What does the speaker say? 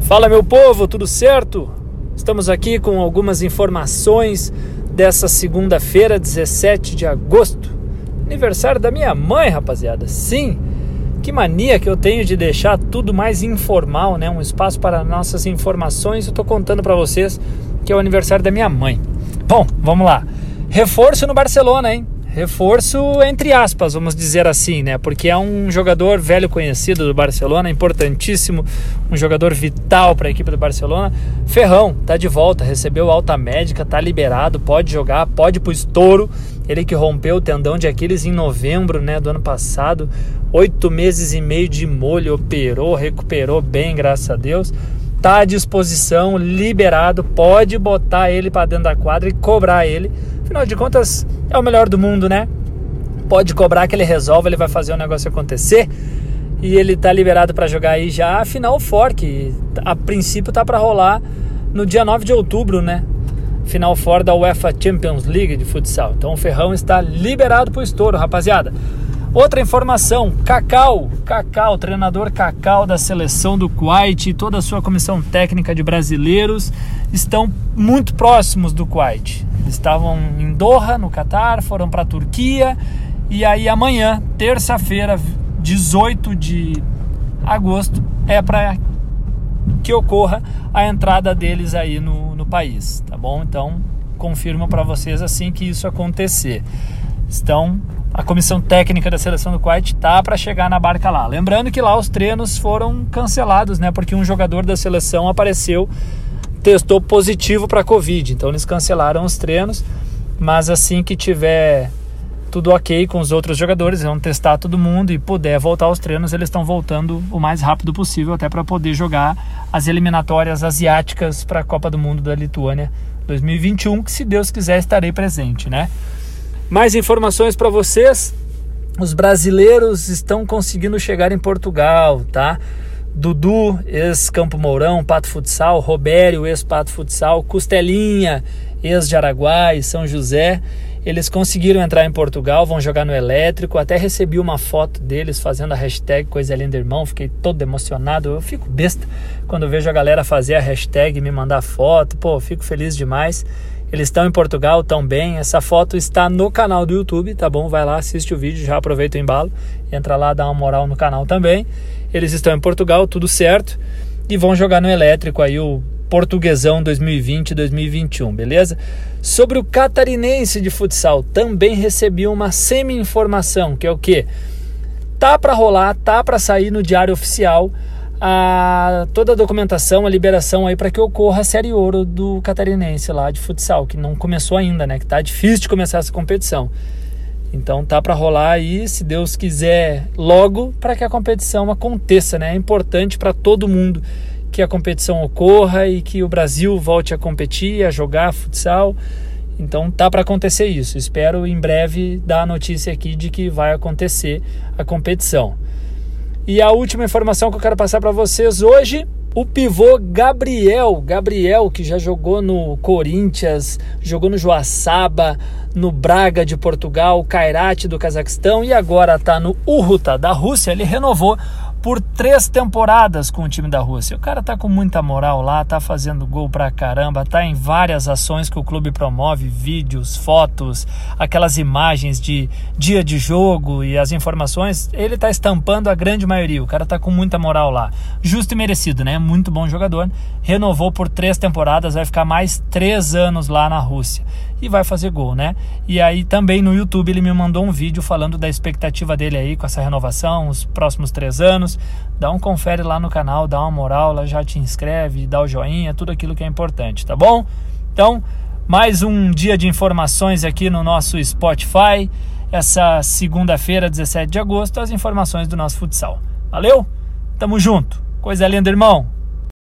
Fala, meu povo, tudo certo? Estamos aqui com algumas informações dessa segunda-feira, 17 de agosto. Aniversário da minha mãe, rapaziada. Sim, que mania que eu tenho de deixar tudo mais informal, né? Um espaço para nossas informações. Eu tô contando para vocês que é o aniversário da minha mãe. Bom, vamos lá. Reforço no Barcelona, hein? Reforço entre aspas, vamos dizer assim, né? Porque é um jogador velho conhecido do Barcelona, importantíssimo, um jogador vital para a equipe do Barcelona. Ferrão, tá de volta, recebeu alta médica, tá liberado, pode jogar, pode ir pro estouro. Ele que rompeu o tendão de Aquiles em novembro, né, do ano passado, 8 meses e meio de molho, operou, recuperou bem, graças a Deus. Tá à disposição, liberado, pode botar ele para dentro da quadra e cobrar ele. Afinal de contas, é o melhor do mundo, né? Pode cobrar que ele resolve, ele vai fazer o negócio acontecer. E ele tá liberado para jogar aí já a Final Four, que a princípio tá para rolar no dia 9 de outubro, né? Final Four da UEFA Champions League de futsal. Então o Ferrão está liberado pro estouro, rapaziada. Outra informação, Cacau, treinador Cacau da seleção do Kuwait e toda a sua comissão técnica de brasileiros estão muito próximos do Kuwait. Eles estavam em Doha, no Catar, foram para a Turquia e aí amanhã, terça-feira, 18 de agosto, é para que ocorra a entrada deles aí no país, tá bom? Então, confirmo para vocês assim que isso acontecer. A comissão técnica da seleção do Kuwait tá para chegar na barca lá. Lembrando que lá os treinos foram cancelados, né? Porque um jogador da seleção testou positivo para Covid. Então eles cancelaram os treinos. Mas assim que tiver tudo ok com os outros jogadores, vão testar todo mundo e puder voltar aos treinos, eles estão voltando o mais rápido possível, até para poder jogar as eliminatórias asiáticas para a Copa do Mundo da Lituânia 2021, que se Deus quiser estarei presente, né? Mais informações para vocês. Os brasileiros estão conseguindo chegar em Portugal, tá? Dudu, ex-Campo Mourão, Pato Futsal. Robério, ex-Pato Futsal. Costelinha, ex-Jaraguá e São José. Eles conseguiram entrar em Portugal, vão jogar no Elétrico. Até recebi uma foto deles fazendo a hashtag Coisa Linda Irmão. Fiquei todo emocionado. Eu fico besta quando eu vejo a galera fazer a hashtag e me mandar foto. Pô, fico feliz demais. Eles estão em Portugal, estão bem. Essa foto está no canal do YouTube, tá bom? Vai lá, assiste o vídeo, já aproveita o embalo. Entra lá, dá uma moral no canal também. Eles estão em Portugal, tudo certo. E vão jogar no Elétrico aí o Portuguesão 2020-2021, beleza? Sobre o Catarinense de futsal, também recebi uma semi-informação, que é o quê? Tá para rolar, tá para sair no Diário Oficial toda a documentação, a liberação aí para que ocorra a Série Ouro do Catarinense lá de futsal, que não começou ainda, né? Que tá difícil de começar essa competição. Então tá para rolar aí, se Deus quiser, logo, para que a competição aconteça, né? É importante para todo mundo que a competição ocorra e que o Brasil volte a competir, a jogar futsal. Então tá para acontecer isso. Espero em breve dar a notícia aqui de que vai acontecer a competição. E a última informação que eu quero passar para vocês hoje, o pivô Gabriel, que já jogou no Corinthians, jogou no Joaçaba, no Braga de Portugal, Kairat do Cazaquistão e agora está no Urruta da Rússia. Ele renovou por 3 temporadas com o time da Rússia. O cara tá com muita moral lá, tá fazendo gol pra caramba, tá em várias ações que o clube promove, vídeos, fotos, aquelas imagens de dia de jogo e as informações, ele tá estampando a grande maioria. O cara tá com muita moral lá. Justo e merecido, né? Muito bom jogador. Renovou por 3 temporadas, vai ficar mais 3 anos lá na Rússia. E vai fazer gol, né? E aí também no YouTube ele me mandou um vídeo falando da expectativa dele aí com essa renovação, os próximos 3 anos. Dá um confere lá no canal, dá uma moral, lá já te inscreve, dá o joinha, tudo aquilo que é importante, tá bom? Então, mais um dia de informações aqui no nosso Spotify. Essa segunda-feira, 17 de agosto, as informações do nosso futsal. Valeu? Tamo junto. Coisa linda, irmão.